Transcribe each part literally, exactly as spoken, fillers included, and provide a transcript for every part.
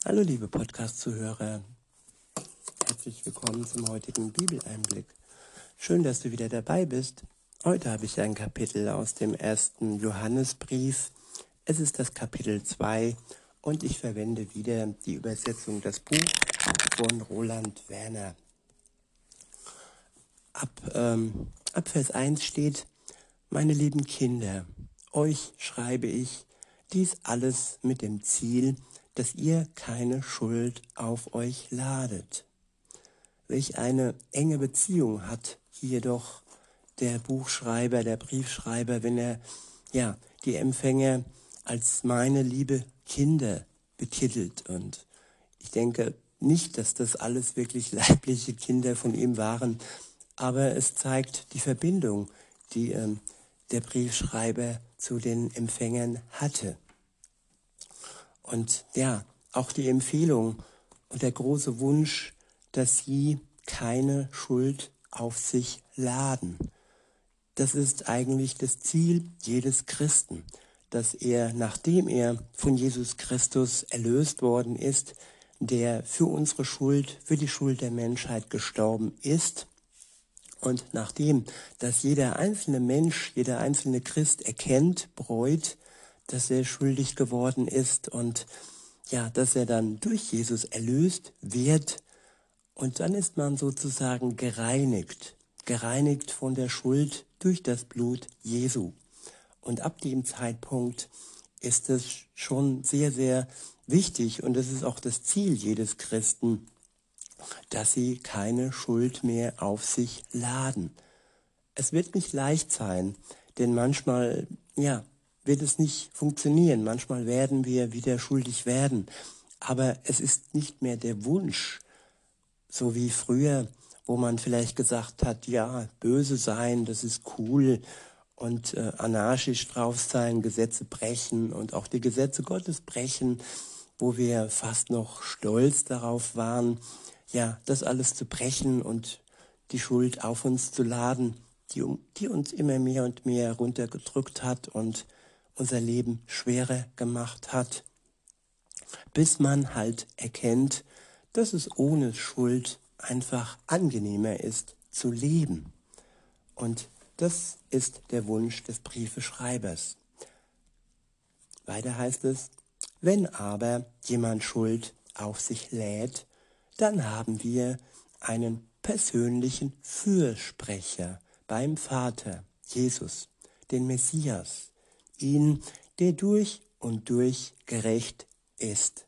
Hallo liebe Podcast-Zuhörer, herzlich willkommen zum heutigen Bibeleinblick. Schön, dass du wieder dabei bist. Heute habe ich ein Kapitel aus dem ersten Johannesbrief. Es ist das Kapitel zwei und ich verwende wieder die Übersetzung Das Buch von Roland Werner. Ab, ähm, ab Vers eins steht: Meine lieben Kinder, euch schreibe ich dies alles mit dem Ziel, dass ihr keine Schuld auf euch ladet. Welch eine enge Beziehung hat hier doch der Buchschreiber, der Briefschreiber, wenn er ja die Empfänger als meine liebe Kinder betitelt. Und ich denke nicht, dass das alles wirklich leibliche Kinder von ihm waren, aber es zeigt die Verbindung, die ähm, der Briefschreiber zu den Empfängern hatte. Und ja, auch die Empfehlung und der große Wunsch, dass sie keine Schuld auf sich laden. Das ist eigentlich das Ziel jedes Christen, dass er, nachdem er von Jesus Christus erlöst worden ist, der für unsere Schuld, für die Schuld der Menschheit gestorben ist, und nachdem, dass jeder einzelne Mensch, jeder einzelne Christ erkennt, bereut, dass er schuldig geworden ist und ja, dass er dann durch Jesus erlöst wird, und dann ist man sozusagen gereinigt, gereinigt von der Schuld durch das Blut Jesu. Und ab dem Zeitpunkt ist es schon sehr, sehr wichtig, und das ist auch das Ziel jedes Christen, dass sie keine Schuld mehr auf sich laden. Es wird nicht leicht sein, denn manchmal, ja, wird es nicht funktionieren. Manchmal werden wir wieder schuldig werden. Aber es ist nicht mehr der Wunsch, so wie früher, wo man vielleicht gesagt hat, ja, böse sein, das ist cool, und äh, anarchisch drauf sein, Gesetze brechen und auch die Gesetze Gottes brechen, wo wir fast noch stolz darauf waren, ja, das alles zu brechen und die Schuld auf uns zu laden, die, die uns immer mehr und mehr runtergedrückt hat und unser Leben schwerer gemacht hat, bis man halt erkennt, dass es ohne Schuld einfach angenehmer ist zu leben. Und das ist der Wunsch des Briefeschreibers. Weiter heißt es: Wenn aber jemand Schuld auf sich lädt, dann haben wir einen persönlichen Fürsprecher beim Vater, Jesus, den Messias, ihn, der durch und durch gerecht ist.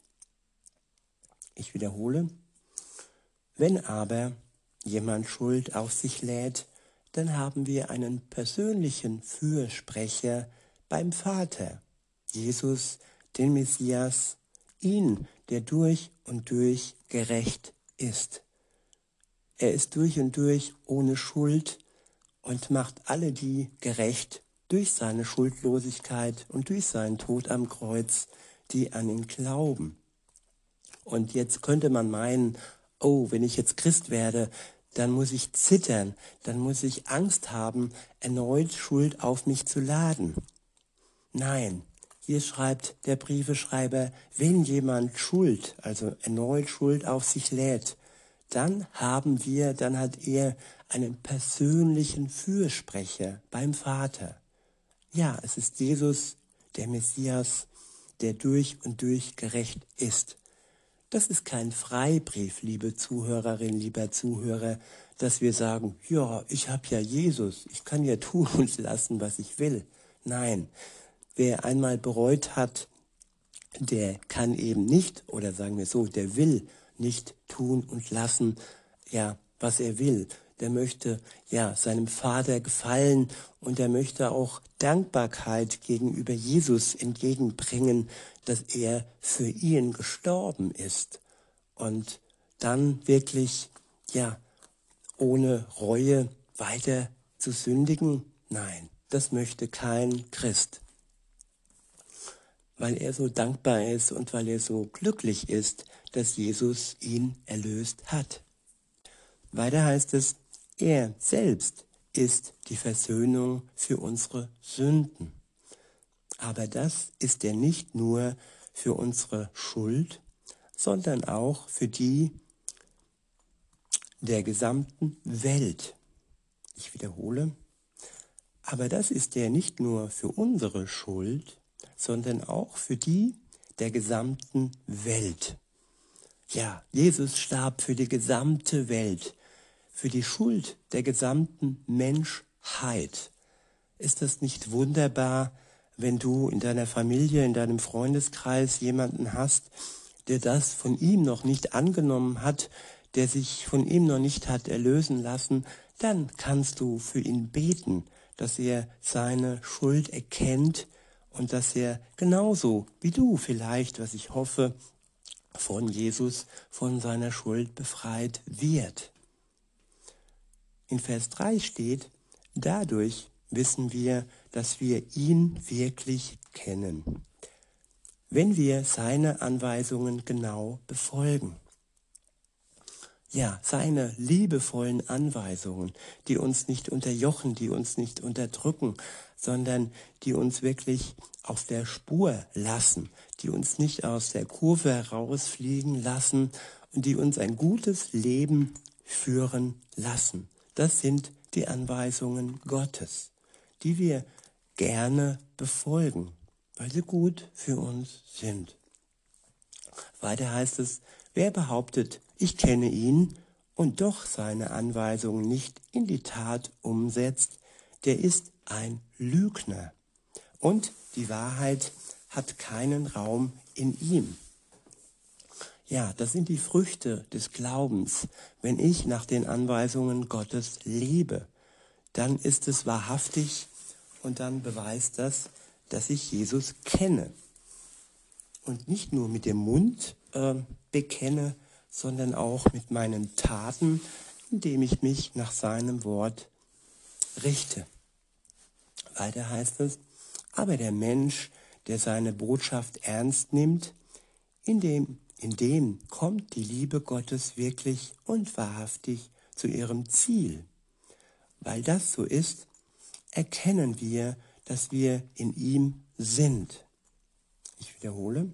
Ich wiederhole: Wenn aber jemand Schuld auf sich lädt, dann haben wir einen persönlichen Fürsprecher beim Vater, Jesus, den Messias, ihn, der durch und durch gerecht ist. Er ist durch und durch ohne Schuld und macht alle die gerecht durch seine Schuldlosigkeit und durch seinen Tod am Kreuz, die an ihn glauben. Und jetzt könnte man meinen, oh, wenn ich jetzt Christ werde, dann muss ich zittern, dann muss ich Angst haben, erneut Schuld auf mich zu laden. Nein, hier schreibt der Briefeschreiber, wenn jemand Schuld, also erneut Schuld auf sich lädt, dann haben wir, dann hat er einen persönlichen Fürsprecher beim Vater. Ja, es ist Jesus, der Messias, der durch und durch gerecht ist. Das ist kein Freibrief, liebe Zuhörerin, lieber Zuhörer, dass wir sagen, ja, ich habe ja Jesus, ich kann ja tun und lassen, was ich will. Nein, wer einmal bereut hat, der kann eben nicht, oder sagen wir so, der will nicht tun und lassen, ja, was er will. Der möchte ja seinem Vater gefallen und er möchte auch Dankbarkeit gegenüber Jesus entgegenbringen, dass er für ihn gestorben ist. Und dann wirklich, ja, ohne Reue weiter zu sündigen? Nein, das möchte kein Christ. Weil er so dankbar ist und weil er so glücklich ist, dass Jesus ihn erlöst hat. Weiter heißt es, er selbst ist die Versöhnung für unsere Sünden. Aber das ist er nicht nur für unsere Schuld, sondern auch für die der gesamten Welt. Ich wiederhole, aber das ist er nicht nur für unsere Schuld, sondern auch für die der gesamten Welt. Ja, Jesus starb für die gesamte Welt, für die Schuld der gesamten Menschheit. Ist das nicht wunderbar, wenn du in deiner Familie, in deinem Freundeskreis jemanden hast, der das von ihm noch nicht angenommen hat, der sich von ihm noch nicht hat erlösen lassen, dann kannst du für ihn beten, dass er seine Schuld erkennt und dass er genauso wie du vielleicht, was ich hoffe, von Jesus, von seiner Schuld befreit wird. In Vers drei steht, dadurch wissen wir, dass wir ihn wirklich kennen, wenn wir seine Anweisungen genau befolgen. Ja, seine liebevollen Anweisungen, die uns nicht unterjochen, die uns nicht unterdrücken, sondern die uns wirklich auf der Spur lassen, die uns nicht aus der Kurve herausfliegen lassen und die uns ein gutes Leben führen lassen. Das sind die Anweisungen Gottes, die wir gerne befolgen, weil sie gut für uns sind. Weiter heißt es, wer behauptet, ich kenne ihn und doch seine Anweisungen nicht in die Tat umsetzt, der ist ein Lügner. Und die Wahrheit hat keinen Raum in ihm. Ja, das sind die Früchte des Glaubens. Wenn ich nach den Anweisungen Gottes lebe, dann ist es wahrhaftig und dann beweist das, dass ich Jesus kenne. Und nicht nur mit dem Mund äh, bekenne, sondern auch mit meinen Taten, indem ich mich nach seinem Wort richte. Weiter heißt es, aber der Mensch, der seine Botschaft ernst nimmt, in dem, in dem kommt die Liebe Gottes wirklich und wahrhaftig zu ihrem Ziel. Weil das so ist, erkennen wir, dass wir in ihm sind. Ich wiederhole.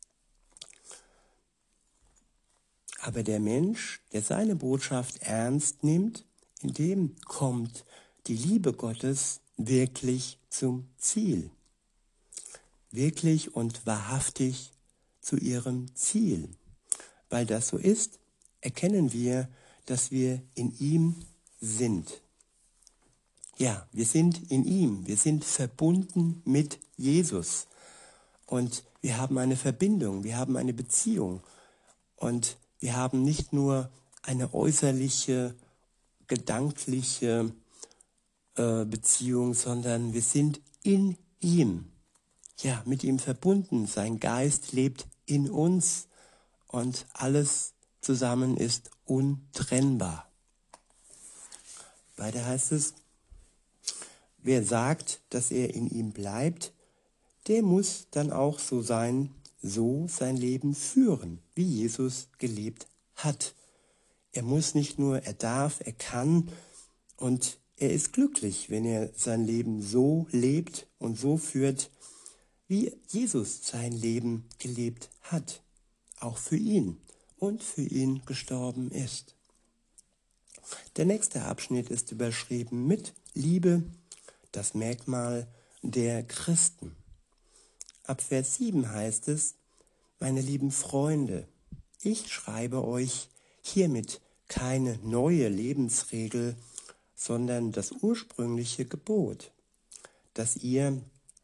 Aber der Mensch, der seine Botschaft ernst nimmt, in dem kommt die Liebe Gottes wirklich zum Ziel. Wirklich und wahrhaftig zu ihrem Ziel. Weil das so ist, erkennen wir, dass wir in ihm sind. Ja, wir sind in ihm, wir sind verbunden mit Jesus. Und wir haben eine Verbindung, wir haben eine Beziehung. Und wir haben nicht nur eine äußerliche, gedankliche äh, Beziehung, sondern wir sind in ihm. Ja, mit ihm verbunden. Sein Geist lebt in uns und alles zusammen ist untrennbar. Weiter heißt es, wer sagt, dass er in ihm bleibt, der muss dann auch so sein, so sein Leben führen, wie Jesus gelebt hat. Er muss nicht nur, er darf, er kann und er ist glücklich, wenn er sein Leben so lebt und so führt, wie Jesus sein Leben gelebt hat, auch für ihn und für ihn gestorben ist. Der nächste Abschnitt ist überschrieben mit Liebe, das Merkmal der Christen. Ab Vers sieben heißt es, meine lieben Freunde, ich schreibe euch hiermit keine neue Lebensregel, sondern das ursprüngliche Gebot, das ihr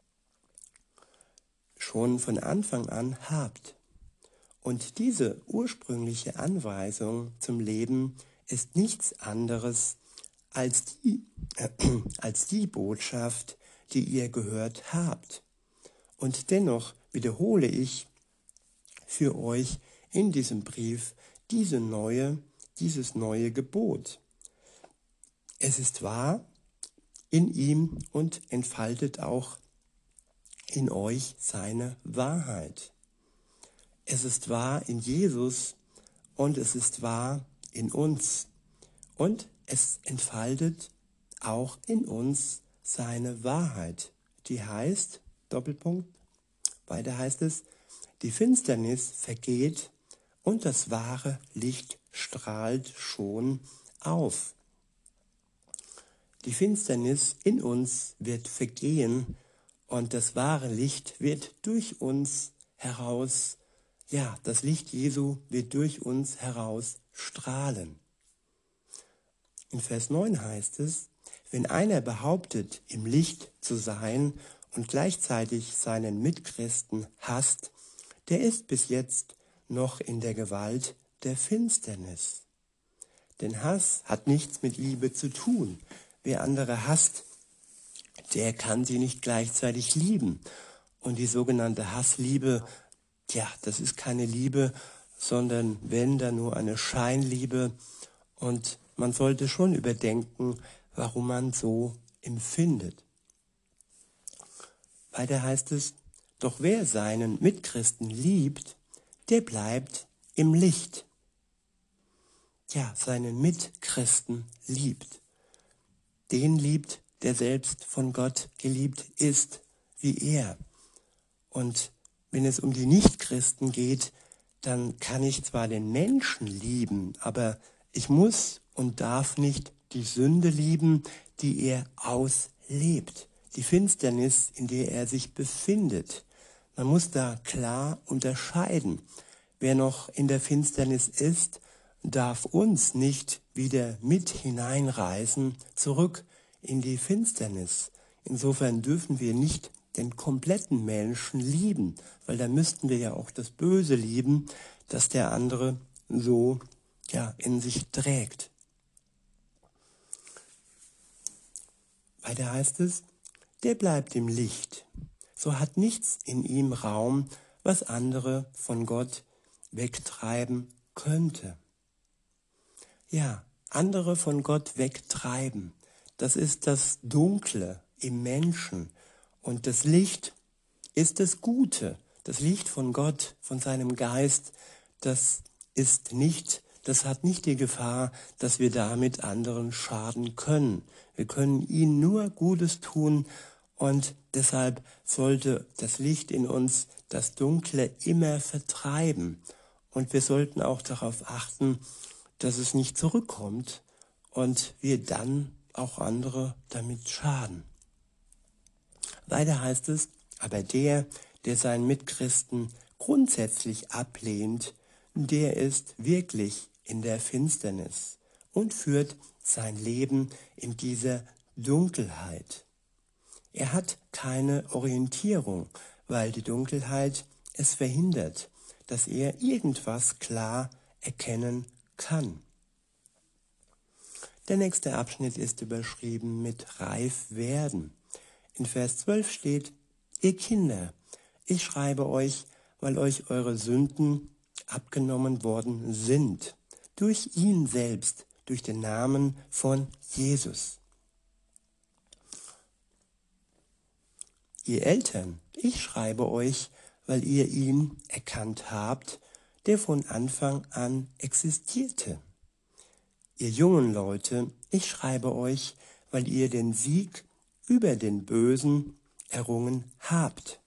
schon von Anfang an habt. Und diese ursprüngliche Anweisung zum Leben ist nichts anderes als die, äh, als die Botschaft, die ihr gehört habt. Und dennoch wiederhole ich für euch in diesem Brief diese neue, dieses neue Gebot. Es ist wahr in ihm und entfaltet auch in euch seine Wahrheit. Es ist wahr in Jesus und es ist wahr in uns. Und es entfaltet auch in uns seine Wahrheit, die heißt, Doppelpunkt, weiter heißt es, die Finsternis vergeht und das wahre Licht strahlt schon auf. Die Finsternis in uns wird vergehen und das wahre Licht wird durch uns heraus, ja, das Licht Jesu wird durch uns heraus strahlen. In Vers neun heißt es, wenn einer behauptet, im Licht zu sein und gleichzeitig seinen Mitchristen hasst, der ist bis jetzt noch in der Gewalt der Finsternis. Denn Hass hat nichts mit Liebe zu tun. Wer andere hasst, der kann sie nicht gleichzeitig lieben. Und die sogenannte Hassliebe, ja, das ist keine Liebe, sondern wenn, dann nur eine Scheinliebe. Und man sollte schon überdenken, warum man so empfindet. Weiter heißt es, doch wer seinen Mitchristen liebt, der bleibt im Licht. Ja, seinen Mitchristen liebt. Den liebt, der selbst von Gott geliebt ist, wie er. Und wenn es um die Nichtchristen geht, dann kann ich zwar den Menschen lieben, aber ich muss und darf nicht die Sünde lieben, die er auslebt, die Finsternis, in der er sich befindet. Man muss da klar unterscheiden. Wer noch in der Finsternis ist, darf uns nicht wieder mit hineinreißen, zurück in die Finsternis. Insofern dürfen wir nicht den kompletten Menschen lieben, weil da müssten wir ja auch das Böse lieben, das der andere so ja, in sich trägt. Weiter heißt es, der bleibt im Licht. So hat nichts in ihm Raum, was andere von Gott wegtreiben könnte. Ja, andere von Gott wegtreiben, das ist das Dunkle im Menschen. Und das Licht ist das Gute. Das Licht von Gott, von seinem Geist, das ist nicht, das hat nicht die Gefahr, dass wir damit anderen schaden können. Wir können ihnen nur Gutes tun und deshalb sollte das Licht in uns das Dunkle immer vertreiben. Und wir sollten auch darauf achten, dass es nicht zurückkommt und wir dann auch andere damit schaden. Weiter heißt es, aber der, der seinen Mitchristen grundsätzlich ablehnt, der ist wirklich in der Finsternis und führt sein Leben in dieser Dunkelheit. Er hat keine Orientierung, weil die Dunkelheit es verhindert, dass er irgendwas klar erkennen kann. Der nächste Abschnitt ist überschrieben mit reif werden. In Vers zwölf steht, ihr Kinder, ich schreibe euch, weil euch eure Sünden abgenommen worden sind, durch ihn selbst, durch den Namen von Jesus. Ihr Eltern, ich schreibe euch, weil ihr ihn erkannt habt, der von Anfang an existierte. Ihr jungen Leute, ich schreibe euch, weil ihr den Sieg über den Bösen errungen habt.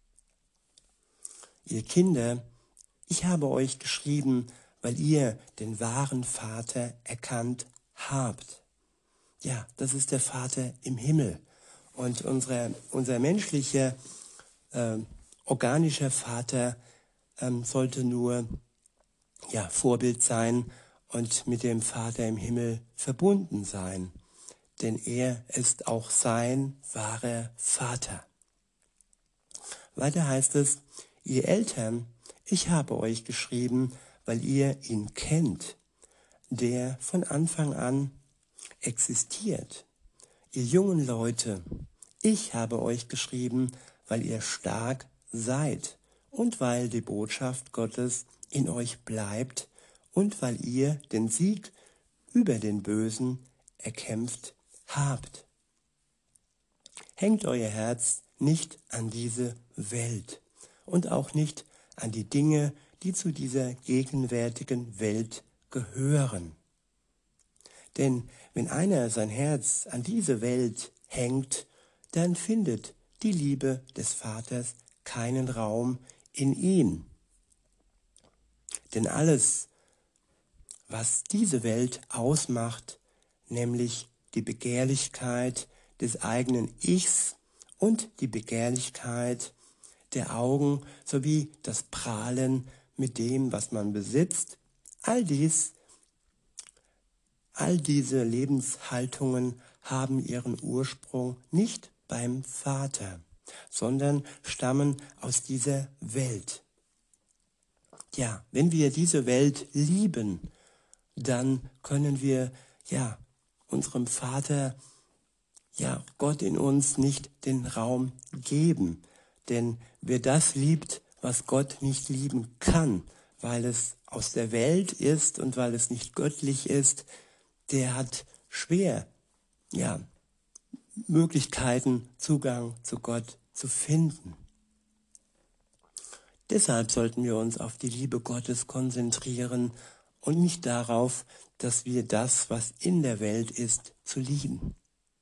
Ihr Kinder, ich habe euch geschrieben, weil ihr den wahren Vater erkannt habt. Ja, das ist der Vater im Himmel. Und unsere, unser menschlicher, äh, organischer Vater ähm, sollte nur ja, Vorbild sein und mit dem Vater im Himmel verbunden sein. Denn er ist auch sein wahrer Vater. Weiter heißt es, ihr Eltern, ich habe euch geschrieben, weil ihr ihn kennt, der von Anfang an existiert. Ihr jungen Leute, ich habe euch geschrieben, weil ihr stark seid und weil die Botschaft Gottes in euch bleibt und weil ihr den Sieg über den Bösen erkämpft habt. Hängt euer Herz nicht an diese Welt und auch nicht an die Dinge, die zu dieser gegenwärtigen Welt gehören. Denn wenn einer sein Herz an diese Welt hängt, dann findet die Liebe des Vaters keinen Raum in ihm. Denn alles, was diese Welt ausmacht, nämlich die Begehrlichkeit des eigenen Ichs und die Begehrlichkeit der Augen sowie das Prahlen mit dem, was man besitzt, all dies, all diese Lebenshaltungen haben ihren Ursprung nicht beim Vater, sondern stammen aus dieser Welt. Ja, wenn wir diese Welt lieben, dann können wir ja unserem Vater, ja Gott in uns nicht den Raum geben. Denn wer das liebt, was Gott nicht lieben kann, weil es aus der Welt ist und weil es nicht göttlich ist, der hat schwer, ja, Möglichkeiten, Zugang zu Gott zu finden. Deshalb sollten wir uns auf die Liebe Gottes konzentrieren und nicht darauf, dass wir das, was in der Welt ist, zu lieben.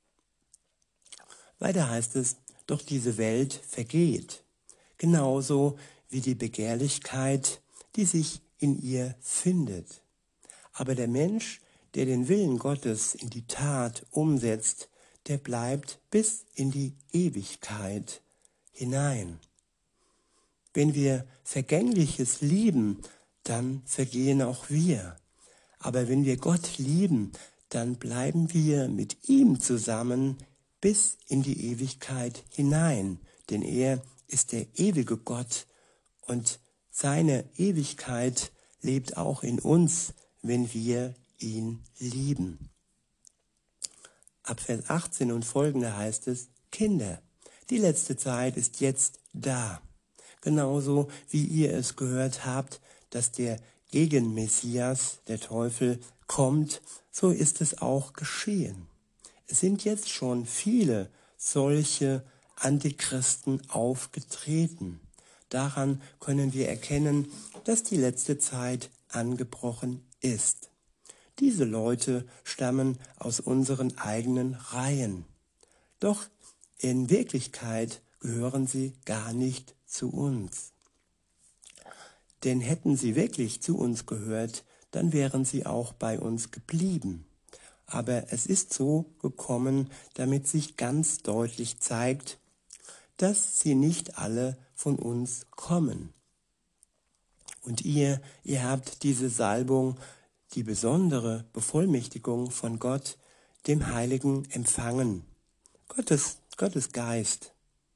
Weiter heißt es, doch diese Welt vergeht, genauso wie die Begehrlichkeit, die sich in ihr findet. Aber der Mensch, der den Willen Gottes in die Tat umsetzt, der bleibt bis in die Ewigkeit hinein. Wenn wir Vergängliches lieben, dann vergehen auch wir. Aber wenn wir Gott lieben, dann bleiben wir mit ihm zusammen bis in die Ewigkeit hinein. Denn er ist der ewige Gott und seine Ewigkeit lebt auch in uns, wenn wir ihn lieben. Ab Vers achtzehn und folgende heißt es, Kinder, die letzte Zeit ist jetzt da. Genauso wie ihr es gehört habt, dass der Gegenmessias, der Teufel, kommt, so ist es auch geschehen. Es sind jetzt schon viele solche Antichristen aufgetreten. Daran können wir erkennen, dass die letzte Zeit angebrochen ist. Diese Leute stammen aus unseren eigenen Reihen. Doch in Wirklichkeit gehören sie gar nicht zu uns. Denn hätten sie wirklich zu uns gehört, dann wären sie auch bei uns geblieben. Aber es ist so gekommen, damit sich ganz deutlich zeigt, dass sie nicht alle von uns kommen. Und ihr, ihr habt diese Salbung, die besondere Bevollmächtigung von Gott, dem Heiligen, empfangen. Gottes, Gottes Geist.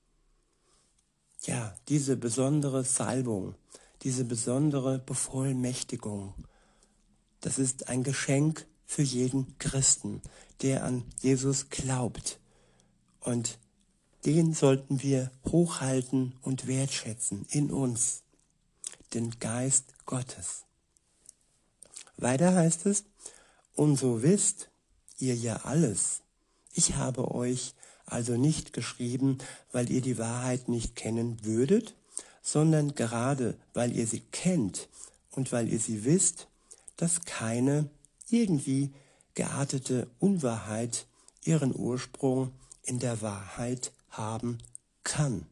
Ja, diese besondere Salbung, diese besondere Bevollmächtigung, das ist ein Geschenk für jeden Christen, der an Jesus glaubt. Und den sollten wir hochhalten und wertschätzen in uns, den Geist Gottes. Weiter heißt es, und so wisst ihr ja alles. Ich habe euch also nicht geschrieben, weil ihr die Wahrheit nicht kennen würdet, sondern gerade, weil ihr sie kennt und weil ihr sie wisst, dass keine irgendwie geartete Unwahrheit ihren Ursprung in der Wahrheit haben kann.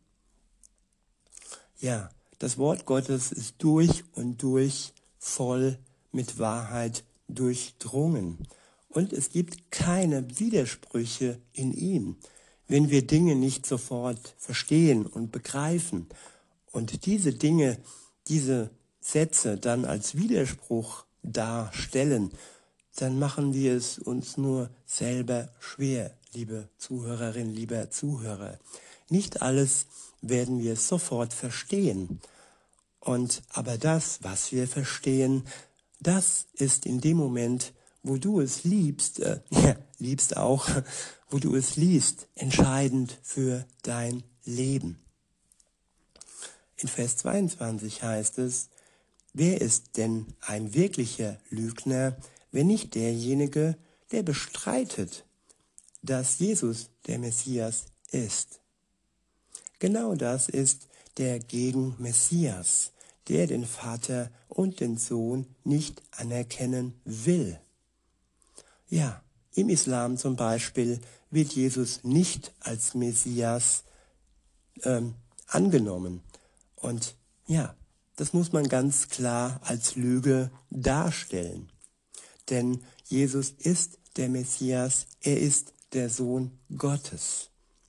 Ja, das Wort Gottes ist durch und durch voll mit Wahrheit durchdrungen. Und es gibt keine Widersprüche in ihm, wenn wir Dinge nicht sofort verstehen und begreifen und diese Dinge, diese Sätze dann als Widerspruch darstellen, dann machen wir es uns nur selber schwer, liebe Zuhörerin, lieber Zuhörer. Nicht alles werden wir sofort verstehen. Und aber das, was wir verstehen, das ist in dem Moment, wo du es liebst, äh, ja, liebst auch, wo du es liest, entscheidend für dein Leben. In Vers zweiundzwanzig heißt es, wer ist denn ein wirklicher Lügner, wenn nicht derjenige, der bestreitet, dass Jesus der Messias ist? Genau das ist der Gegenmessias, der den Vater und den Sohn nicht anerkennen will. Ja, im Islam zum Beispiel wird Jesus nicht als Messias ähm, angenommen. Und ja, das muss man ganz klar als Lüge darstellen. Denn Jesus ist der Messias, er ist der Sohn Gottes.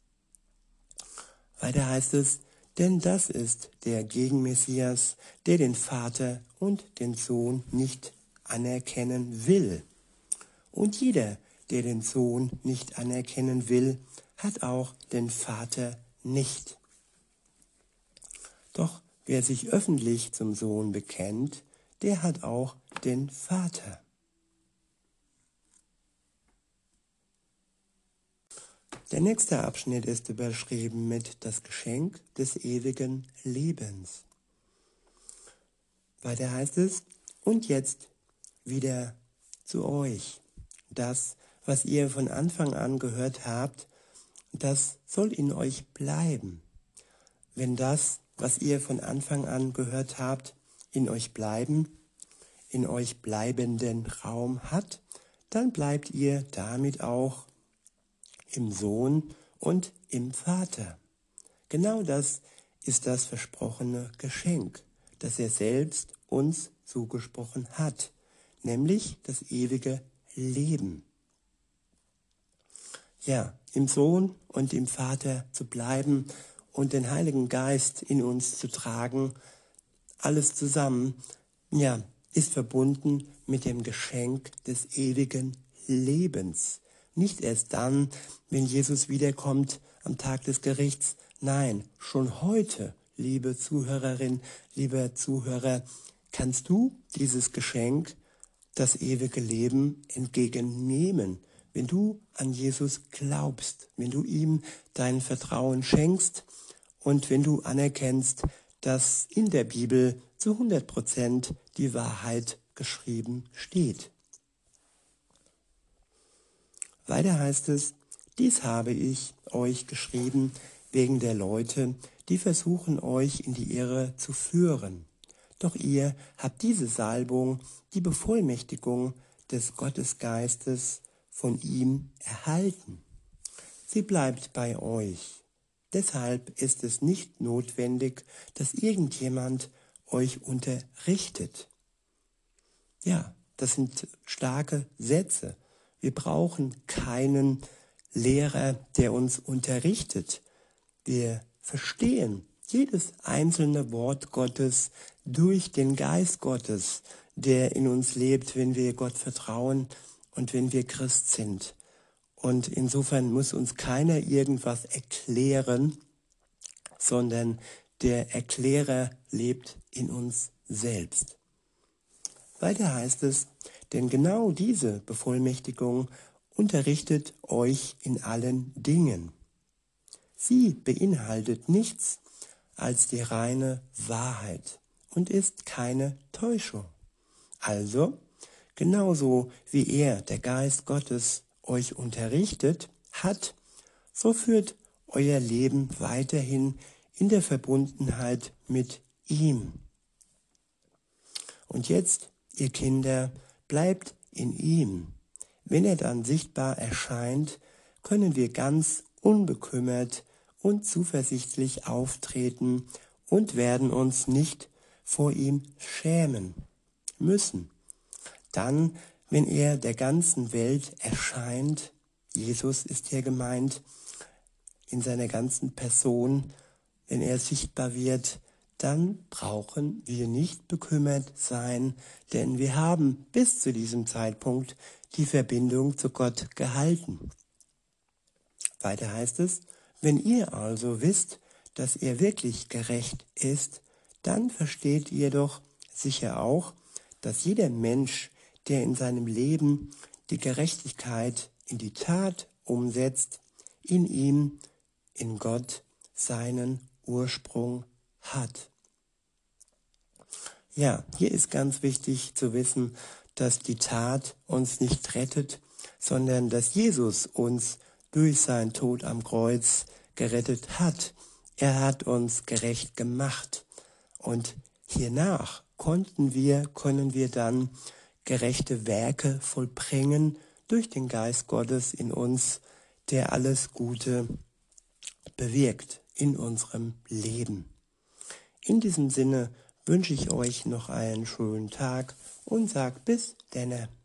Weiter heißt es, denn das ist der Gegenmessias, der den Vater und den Sohn nicht anerkennen will. Und jeder, der den Sohn nicht anerkennen will, hat auch den Vater nicht. Doch wer sich öffentlich zum Sohn bekennt, der hat auch den Vater. Der nächste Abschnitt ist überschrieben mit das Geschenk des ewigen Lebens. Weiter heißt es, und jetzt wieder zu euch. Das, was ihr von Anfang an gehört habt, das soll in euch bleiben. Wenn das, was ihr von Anfang an gehört habt, in euch bleiben, in euch bleibenden Raum hat, dann bleibt ihr damit auch im Sohn und im Vater. Genau das ist das versprochene Geschenk, das er selbst uns zugesprochen hat, nämlich das ewige Leben. Ja, im Sohn und im Vater zu bleiben und den Heiligen Geist in uns zu tragen, alles zusammen, ja, ist verbunden mit dem Geschenk des ewigen Lebens. Nicht erst dann, wenn Jesus wiederkommt am Tag des Gerichts. Nein, schon heute, liebe Zuhörerin, lieber Zuhörer, kannst du dieses Geschenk, das ewige Leben, entgegennehmen, wenn du an Jesus glaubst, wenn du ihm dein Vertrauen schenkst und wenn du anerkennst, dass in der Bibel zu hundert Prozent die Wahrheit geschrieben steht. Weiter heißt es, dies habe ich euch geschrieben wegen der Leute, die versuchen euch in die Irre zu führen. Doch ihr habt diese Salbung, die Bevollmächtigung des Gottesgeistes von ihm erhalten. Sie bleibt bei euch. Deshalb ist es nicht notwendig, dass irgendjemand euch unterrichtet. Ja, das sind starke Sätze. Wir brauchen keinen Lehrer, der uns unterrichtet. Wir verstehen jedes einzelne Wort Gottes durch den Geist Gottes, der in uns lebt, wenn wir Gott vertrauen und wenn wir Christ sind. Und insofern muss uns keiner irgendwas erklären, sondern der Erklärer lebt in uns selbst. Weiter heißt es, denn genau diese Bevollmächtigung unterrichtet euch in allen Dingen. Sie beinhaltet nichts als die reine Wahrheit und ist keine Täuschung. Also, genauso wie er, der Geist Gottes, euch unterrichtet hat, so führt euer Leben weiterhin in der Verbundenheit mit ihm. Und jetzt, ihr Kinder, bleibt in ihm. Wenn er dann sichtbar erscheint, können wir ganz unbekümmert und zuversichtlich auftreten und werden uns nicht vor ihm schämen müssen. Dann, wenn er der ganzen Welt erscheint, Jesus ist hier gemeint, in seiner ganzen Person, wenn er sichtbar wird, dann brauchen wir nicht bekümmert sein, denn wir haben bis zu diesem Zeitpunkt die Verbindung zu Gott gehalten. Weiter heißt es, wenn ihr also wisst, dass er wirklich gerecht ist, dann versteht ihr doch sicher auch, dass jeder Mensch, der in seinem Leben die Gerechtigkeit in die Tat umsetzt, in ihm, in Gott, seinen Ursprung hat. Ja, hier ist ganz wichtig zu wissen, dass die Tat uns nicht rettet, sondern dass Jesus uns durch seinen Tod am Kreuz gerettet hat. Er hat uns gerecht gemacht. Und hiernach konnten wir, können wir dann gerechte Werke vollbringen durch den Geist Gottes in uns, der alles Gute bewirkt in unserem Leben. In diesem Sinne wünsche ich euch noch einen schönen Tag und sag bis denne.